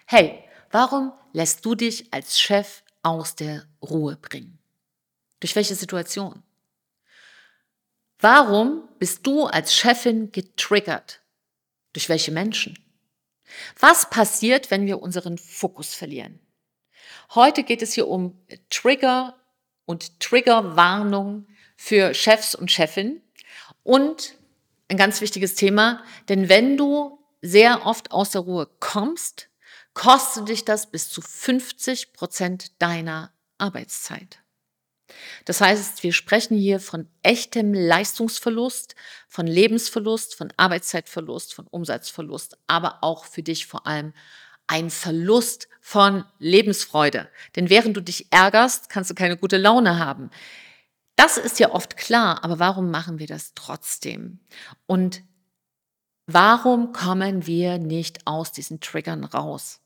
Hey, warum lässt du dich als Chef aus der Ruhe bringen? Durch welche Situation? Warum bist du als Chefin getriggert? Durch welche Menschen? Was passiert, wenn wir unseren Fokus verlieren? Heute geht es hier um Trigger und Triggerwarnung für Chefs und Chefinnen und ein ganz wichtiges Thema, denn wenn du sehr oft aus der Ruhe kommst, kostet dich das bis zu 50% deiner Arbeitszeit. Das heißt, wir sprechen hier von echtem Leistungsverlust, von Lebensverlust, von Arbeitszeitverlust, von Umsatzverlust, aber auch für dich vor allem ein Verlust von Lebensfreude. Denn während du dich ärgerst, kannst du keine gute Laune haben. Das ist ja oft klar, aber warum machen wir das trotzdem? Und warum kommen wir nicht aus diesen Triggern raus?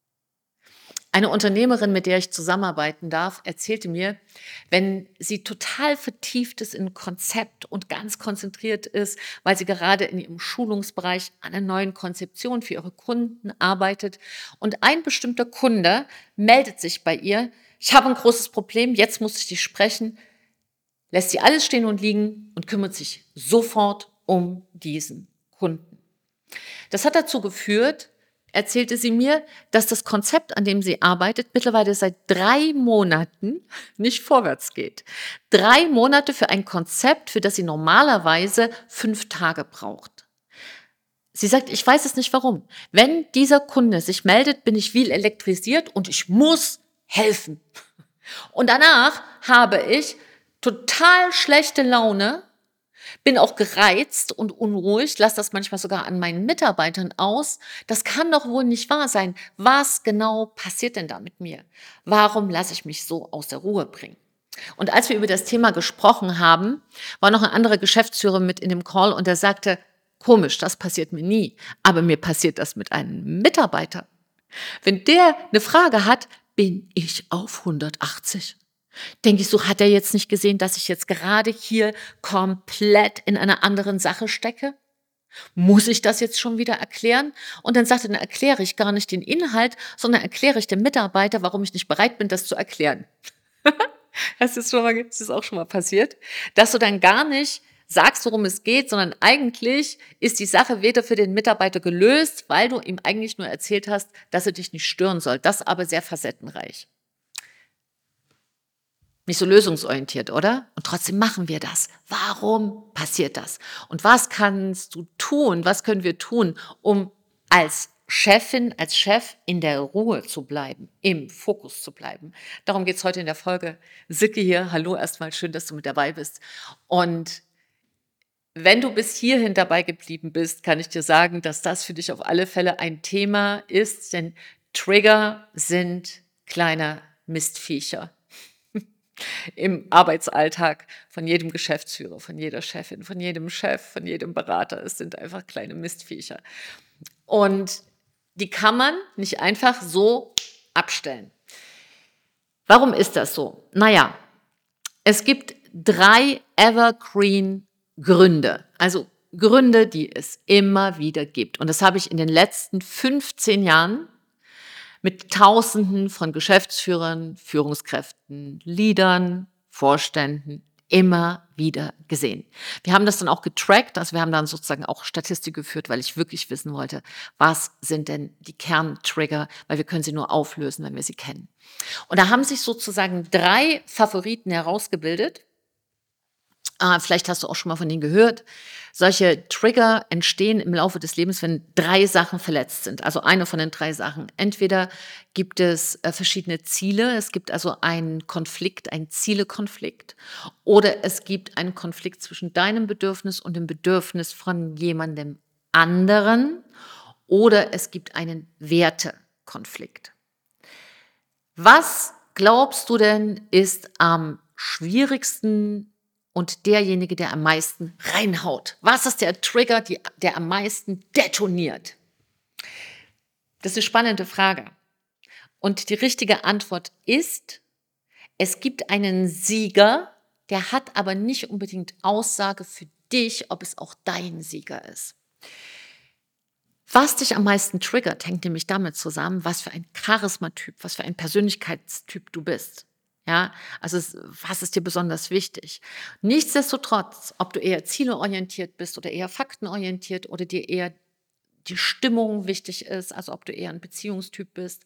Eine Unternehmerin, mit der ich zusammenarbeiten darf, erzählte mir, wenn sie total vertieft ist in ein Konzept und ganz konzentriert ist, weil sie gerade in ihrem Schulungsbereich an einer neuen Konzeption für ihre Kunden arbeitet und ein bestimmter Kunde meldet sich bei ihr, ich habe ein großes Problem, jetzt muss ich dich sprechen, lässt sie alles stehen und liegen und kümmert sich sofort um diesen Kunden. Das hat dazu geführt, erzählte sie mir, dass das Konzept, an dem sie arbeitet, mittlerweile seit 3 Monaten nicht vorwärts geht. 3 Monate für ein Konzept, für das sie normalerweise 5 Tage braucht. Sie sagt, ich weiß es nicht warum. Wenn dieser Kunde sich meldet, bin ich wie elektrisiert und ich muss helfen. Und danach habe ich total schlechte Laune, bin auch gereizt und unruhig, lasse das manchmal sogar an meinen Mitarbeitern aus. Das kann doch wohl nicht wahr sein. Was genau passiert denn da mit mir? Warum lasse ich mich so aus der Ruhe bringen? Und als wir über das Thema gesprochen haben, war noch ein anderer Geschäftsführer mit in dem Call und der sagte, komisch, das passiert mir nie, aber mir passiert das mit einem Mitarbeiter. Wenn der eine Frage hat, bin ich auf 180. Denke ich so, hat er jetzt nicht gesehen, dass ich jetzt gerade hier komplett in einer anderen Sache stecke? Muss ich das jetzt schon wieder erklären? Und dann sagte, dann erkläre ich gar nicht den Inhalt, sondern erkläre ich dem Mitarbeiter, warum ich nicht bereit bin, das zu erklären. Das ist auch schon mal passiert, dass du dann gar nicht sagst, worum es geht, sondern eigentlich ist die Sache weder für den Mitarbeiter gelöst, weil du ihm eigentlich nur erzählt hast, dass er dich nicht stören soll. Das aber sehr facettenreich. Nicht so lösungsorientiert, oder? Und trotzdem machen wir das. Warum passiert das? Und was kannst du tun? Was können wir tun, um als Chefin, als Chef in der Ruhe zu bleiben, im Fokus zu bleiben? Darum geht es heute in der Folge. Silke hier. Hallo erstmal, schön, dass du mit dabei bist. Und wenn du bis hierhin dabei geblieben bist, kann ich dir sagen, dass das für dich auf alle Fälle ein Thema ist, denn Trigger sind kleine Mistviecher im Arbeitsalltag von jedem Geschäftsführer, von jeder Chefin, von jedem Chef, von jedem Berater. Es sind einfach kleine Mistviecher. Und die kann man nicht einfach so abstellen. Warum ist das so? Naja, es gibt 3 Evergreen-Gründe, also Gründe, die es immer wieder gibt. Und das habe ich in den letzten 15 Jahren mit Tausenden von Geschäftsführern, Führungskräften, Leadern, Vorständen immer wieder gesehen. Wir haben das dann auch getrackt, also wir haben dann sozusagen auch Statistik geführt, weil ich wirklich wissen wollte, was sind denn die Kerntrigger, weil wir können sie nur auflösen, wenn wir sie kennen. Und da haben sich sozusagen 3 Favoriten herausgebildet. Vielleicht hast du auch schon mal von denen gehört. Solche Trigger entstehen im Laufe des Lebens, wenn 3 Sachen verletzt sind. Also eine von den 3 Sachen. Entweder gibt es verschiedene Ziele, es gibt also einen Konflikt, einen Zielekonflikt, oder es gibt einen Konflikt zwischen deinem Bedürfnis und dem Bedürfnis von jemandem anderen, oder es gibt einen Wertekonflikt. Was glaubst du denn ist am schwierigsten und derjenige, der am meisten reinhaut? Was ist der Trigger, der am meisten detoniert? Das ist eine spannende Frage. Und die richtige Antwort ist, es gibt einen Sieger, der hat aber nicht unbedingt Aussage für dich, ob es auch dein Sieger ist. Was dich am meisten triggert, hängt nämlich damit zusammen, was für ein Charismatyp, was für ein Persönlichkeitstyp du bist. Ja, also was ist dir besonders wichtig? Nichtsdestotrotz, ob du eher zieleorientiert bist oder eher faktenorientiert oder dir eher die Stimmung wichtig ist, also ob du eher ein Beziehungstyp bist,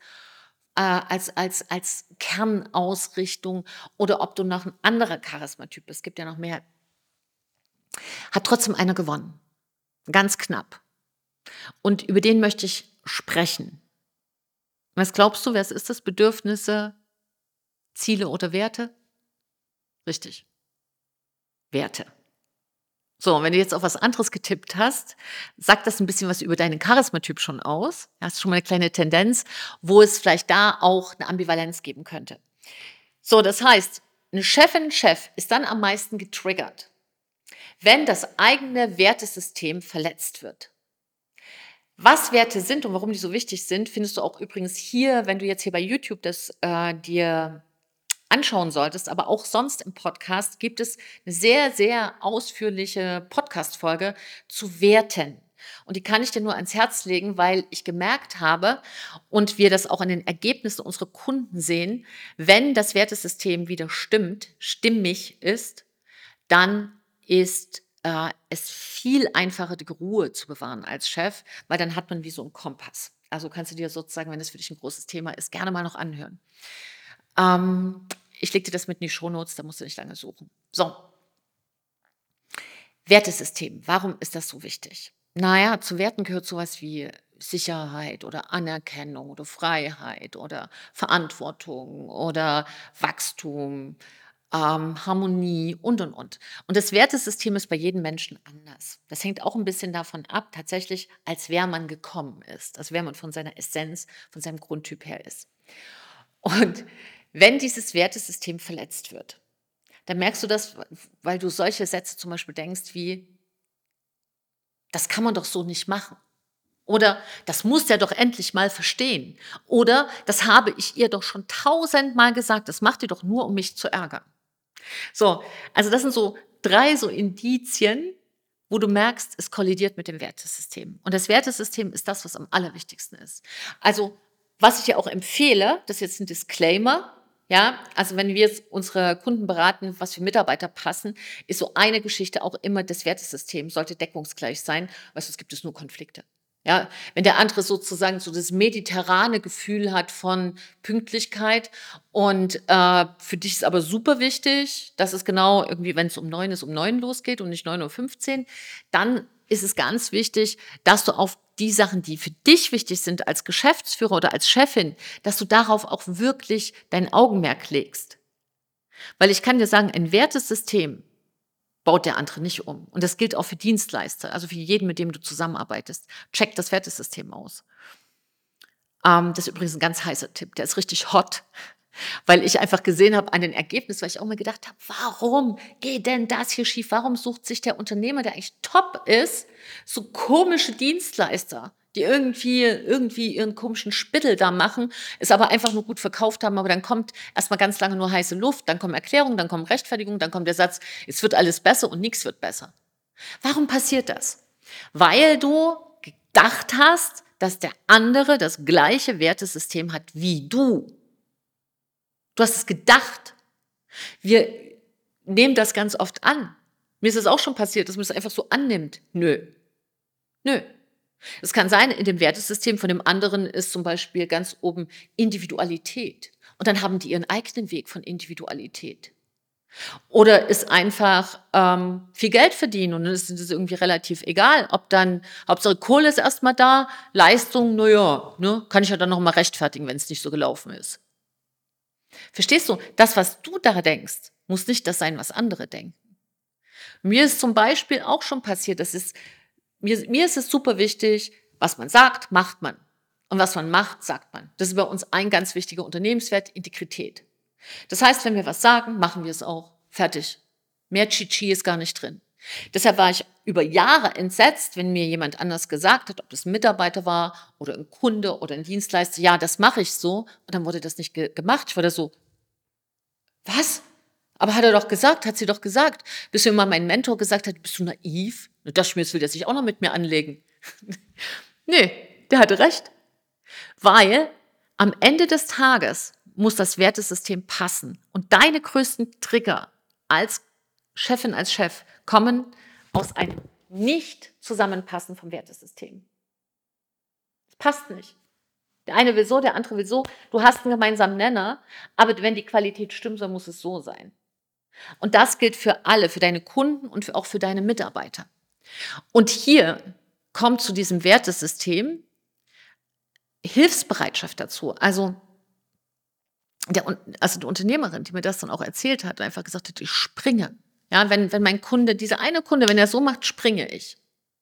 als Kernausrichtung oder ob du noch ein anderer Charismatyp bist, gibt ja noch mehr, hat trotzdem einer gewonnen. Ganz knapp. Und über den möchte ich sprechen. Was glaubst du, was ist das? Bedürfnisse, Ziele oder Werte? Richtig, Werte. So, und wenn du jetzt auf was anderes getippt hast, sagt das ein bisschen was über deinen Charismatyp schon aus. Hast schon mal eine kleine Tendenz, wo es vielleicht da auch eine Ambivalenz geben könnte. So, das heißt, eine Chefin, Chef ist dann am meisten getriggert, wenn das eigene Wertesystem verletzt wird. Was Werte sind und warum die so wichtig sind, findest du auch übrigens hier, wenn du jetzt hier bei YouTube das dir anschauen solltest, aber auch sonst im Podcast gibt es eine sehr, sehr ausführliche Podcast-Folge zu Werten. Und die kann ich dir nur ans Herz legen, weil ich gemerkt habe und wir das auch an den Ergebnissen unserer Kunden sehen, wenn das Wertesystem wieder stimmt, stimmig ist, dann ist es viel einfacher, die Ruhe zu bewahren als Chef, weil dann hat man wie so einen Kompass. Also kannst du dir sozusagen, wenn das für dich ein großes Thema ist, gerne mal noch anhören. Ähm, Ich lege dir das mit in die Shownotes, da musst du nicht lange suchen. So, Wertesystem. Warum ist das so wichtig? Naja, zu Werten gehört sowas wie Sicherheit oder Anerkennung oder Freiheit oder Verantwortung oder Wachstum, Harmonie und. Und das Wertesystem ist bei jedem Menschen anders. Das hängt auch ein bisschen davon ab, tatsächlich, als wer man gekommen ist, also wer man von seiner Essenz, von seinem Grundtyp her ist. Und wenn dieses Wertesystem verletzt wird, dann merkst du das, weil du solche Sätze zum Beispiel denkst wie, das kann man doch so nicht machen. Oder das muss der doch endlich mal verstehen. Oder das habe ich ihr doch schon tausendmal gesagt. Das macht ihr doch nur, um mich zu ärgern. So, also das sind so 3 so Indizien, wo du merkst, es kollidiert mit dem Wertesystem. Und das Wertesystem ist das, was am allerwichtigsten ist. Also, was ich dir auch empfehle, das ist jetzt ein Disclaimer, ja, also wenn wir jetzt unsere Kunden beraten, was für Mitarbeiter passen, ist so eine Geschichte auch immer, das Wertesystem sollte deckungsgleich sein, weil sonst gibt es nur Konflikte. Ja, wenn der andere sozusagen so das mediterrane Gefühl hat von Pünktlichkeit und für dich ist aber super wichtig, dass es genau irgendwie, wenn es um 9 ist, um 9 losgeht und nicht 9:15 Uhr, dann ist es ganz wichtig, dass du auf die Sachen, die für dich wichtig sind als Geschäftsführer oder als Chefin, dass du darauf auch wirklich dein Augenmerk legst. Weil ich kann dir sagen, ein Wertesystem baut der andere nicht um. Und das gilt auch für Dienstleister, also für jeden, mit dem du zusammenarbeitest. Check das Wertesystem aus. Das ist übrigens ein ganz heißer Tipp, der ist richtig hot, weil ich einfach gesehen habe an den Ergebnissen, weil ich auch mir gedacht habe, warum geht denn das hier schief? Warum sucht sich der Unternehmer, der eigentlich top ist, so komische Dienstleister, die irgendwie ihren komischen Spittel da machen, es aber einfach nur gut verkauft haben, aber dann kommt erstmal ganz lange nur heiße Luft, dann kommen Erklärungen, dann kommen Rechtfertigungen, dann kommt der Satz, es wird alles besser und nichts wird besser. Warum passiert das? Weil du gedacht hast, dass der andere das gleiche Wertesystem hat wie du. Du hast es gedacht. Wir nehmen das ganz oft an. Mir ist es auch schon passiert, dass man es einfach so annimmt. Nö. Nö. Es kann sein, in dem Wertesystem von dem anderen ist zum Beispiel ganz oben Individualität. Und dann haben die ihren eigenen Weg von Individualität. Oder ist einfach viel Geld verdienen und dann ist es irgendwie relativ egal, ob dann, Hauptsache Kohle ist erstmal da, Leistung, naja, ne, kann ich ja dann nochmal rechtfertigen, wenn es nicht so gelaufen ist. Verstehst du? Das, was du da denkst, muss nicht das sein, was andere denken. Mir ist zum Beispiel auch schon passiert, mir ist es super wichtig, was man sagt, macht man. Und was man macht, sagt man. Das ist bei uns ein ganz wichtiger Unternehmenswert, Integrität. Das heißt, wenn wir was sagen, machen wir es auch. Fertig. Mehr Chichi ist gar nicht drin. Deshalb war ich über Jahre entsetzt, wenn mir jemand anders gesagt hat, ob das ein Mitarbeiter war oder ein Kunde oder ein Dienstleister, ja, das mache ich so. Und dann wurde das nicht gemacht. Ich war da so, was? Aber hat er doch gesagt, hat sie doch gesagt. Bis mir mal mein Mentor gesagt hat, bist du naiv? Da dachte ich mir, jetzt will der sich auch noch mit mir anlegen. Nee, der hatte recht. Weil am Ende des Tages muss das Wertesystem passen. Und deine größten Trigger als Chefin, als Chef kommen aus einem Nicht-Zusammenpassen vom Wertesystem. Es passt nicht. Der eine will so, der andere will so. Du hast einen gemeinsamen Nenner, aber wenn die Qualität stimmt, dann muss es so sein. Und das gilt für alle, für deine Kunden und auch für deine Mitarbeiter. Und hier kommt zu diesem Wertesystem Hilfsbereitschaft dazu. Also die Unternehmerin, die mir das dann auch erzählt hat, einfach gesagt hat, ich springe. Ja, wenn mein Kunde, dieser eine Kunde, wenn er so macht, springe ich.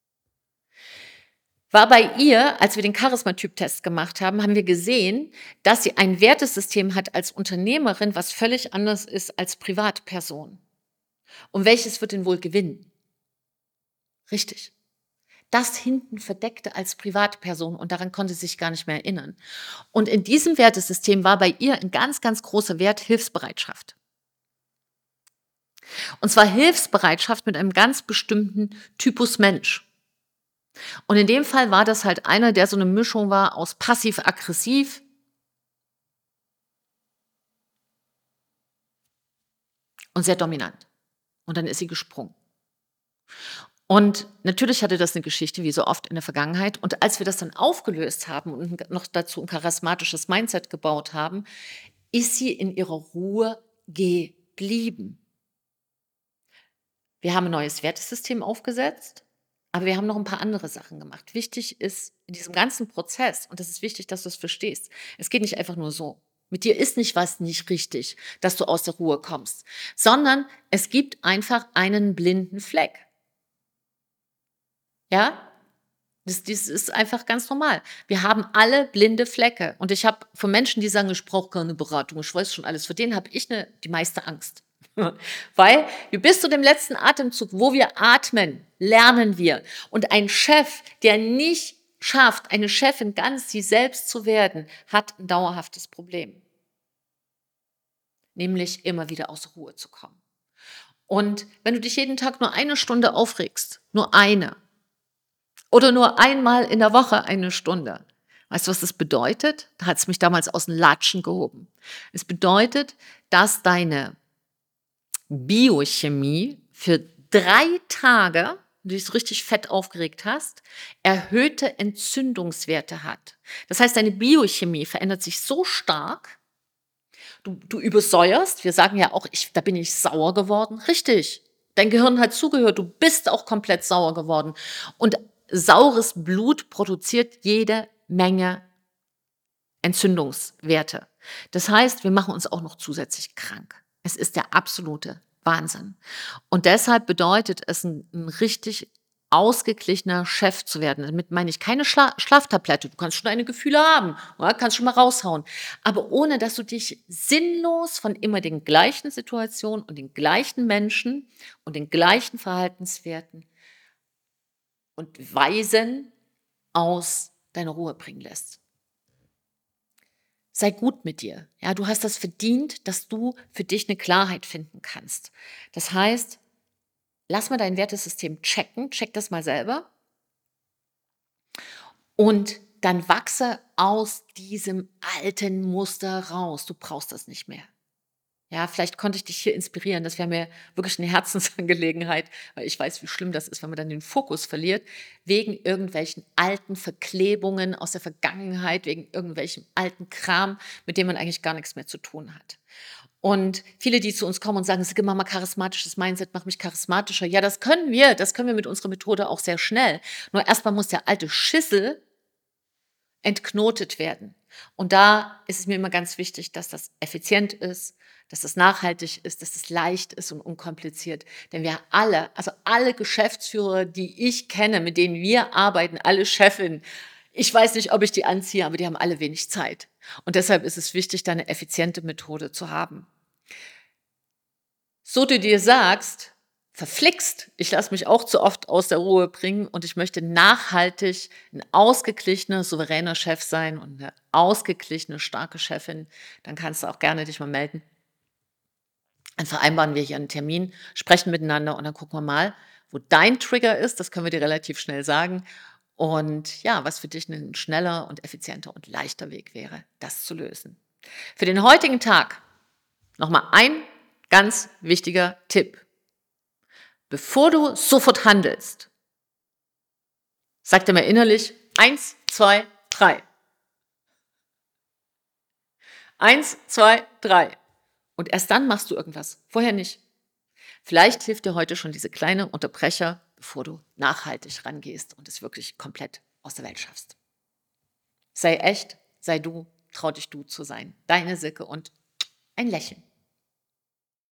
War bei ihr, als wir den Charisma-Typ-Test gemacht haben, haben wir gesehen, dass sie ein Wertesystem hat als Unternehmerin, was völlig anders ist als Privatperson. Und welches wird denn wohl gewinnen? Richtig. Das hinten Verdeckte als Privatperson und daran konnte sie sich gar nicht mehr erinnern. Und in diesem Wertesystem war bei ihr ein ganz, ganz großer Wert Hilfsbereitschaft. Und zwar Hilfsbereitschaft mit einem ganz bestimmten Typus Mensch. Und in dem Fall war das halt einer, der so eine Mischung war aus passiv-aggressiv und sehr dominant. Und dann ist sie gesprungen. Und natürlich hatte das eine Geschichte, wie so oft in der Vergangenheit. Und als wir das dann aufgelöst haben und noch dazu ein charismatisches Mindset gebaut haben, ist sie in ihrer Ruhe geblieben. Wir haben ein neues Wertesystem aufgesetzt, aber wir haben noch ein paar andere Sachen gemacht. Wichtig ist in diesem ganzen Prozess, und das ist wichtig, dass du es verstehst, es geht nicht einfach nur so. Mit dir ist nicht was nicht richtig, dass du aus der Ruhe kommst, sondern es gibt einfach einen blinden Fleck. Ja, das ist einfach ganz normal. Wir haben alle blinde Flecke. Und ich habe von Menschen, die sagen, ich brauche keine Beratung, ich weiß schon alles, vor denen habe ich die meiste Angst. Weil wir bis zu dem letzten Atemzug, wo wir atmen, lernen wir. Und ein Chef, der nicht schafft, eine Chefin ganz sie selbst zu werden, hat ein dauerhaftes Problem. Nämlich immer wieder aus Ruhe zu kommen. Und wenn du dich jeden Tag nur eine Stunde aufregst, nur eine, oder nur einmal in der Woche eine Stunde. Weißt du, was das bedeutet? Da hat es mich damals aus den Latschen gehoben. Es bedeutet, dass deine Biochemie für 3 Tage, wenn du dich so richtig fett aufgeregt hast, erhöhte Entzündungswerte hat. Das heißt, deine Biochemie verändert sich so stark, du übersäuerst. Wir sagen ja auch, da bin ich sauer geworden. Richtig. Dein Gehirn hat zugehört, du bist auch komplett sauer geworden. Und saures Blut produziert jede Menge Entzündungswerte. Das heißt, wir machen uns auch noch zusätzlich krank. Es ist der absolute Wahnsinn. Und deshalb bedeutet es, ein richtig ausgeglichener Chef zu werden. Damit meine ich keine Schlaftablette. Du kannst schon deine Gefühle haben, oder? Kannst schon mal raushauen. Aber ohne, dass du dich sinnlos von immer den gleichen Situationen und den gleichen Menschen und den gleichen Verhaltenswerten und Weisen aus deiner Ruhe bringen lässt. Sei gut mit dir. Ja, du hast das verdient, dass du für dich eine Klarheit finden kannst. Das heißt, lass mal dein Wertesystem checken, check das mal selber und dann wachse aus diesem alten Muster raus. Du brauchst das nicht mehr. Ja, vielleicht konnte ich dich hier inspirieren. Das wäre mir wirklich eine Herzensangelegenheit, weil ich weiß, wie schlimm das ist, wenn man dann den Fokus verliert, wegen irgendwelchen alten Verklebungen aus der Vergangenheit, wegen irgendwelchem alten Kram, mit dem man eigentlich gar nichts mehr zu tun hat. Und viele, die zu uns kommen und sagen, gib mal charismatisches Mindset, mach mich charismatischer. Ja, das können wir mit unserer Methode auch sehr schnell. Nur erstmal muss der alte Schissel entknotet werden. Und da ist es mir immer ganz wichtig, dass das effizient ist, dass das nachhaltig ist, dass das leicht ist und unkompliziert. Denn wir alle Geschäftsführer, die ich kenne, mit denen wir arbeiten, alle Chefinnen, ich weiß nicht, ob ich die anziehe, aber die haben alle wenig Zeit. Und deshalb ist es wichtig, da eine effiziente Methode zu haben. So du dir sagst, verflixt, ich lasse mich auch zu oft aus der Ruhe bringen und ich möchte nachhaltig ein ausgeglichener, souveräner Chef sein und eine ausgeglichene, starke Chefin, dann kannst du auch gerne dich mal melden. Dann vereinbaren wir hier einen Termin, sprechen miteinander und dann gucken wir mal, wo dein Trigger ist, das können wir dir relativ schnell sagen, und ja, was für dich ein schneller und effizienter und leichter Weg wäre, das zu lösen. Für den heutigen Tag nochmal ein ganz wichtiger Tipp. Bevor du sofort handelst, sag dir mal innerlich 1, 2, 3. 1, 2, 3. Und erst dann machst du irgendwas, vorher nicht. Vielleicht hilft dir heute schon diese kleine Unterbrecher, bevor du nachhaltig rangehst und es wirklich komplett aus der Welt schaffst. Sei echt, sei du, trau dich du zu sein. Deine Silke und ein Lächeln.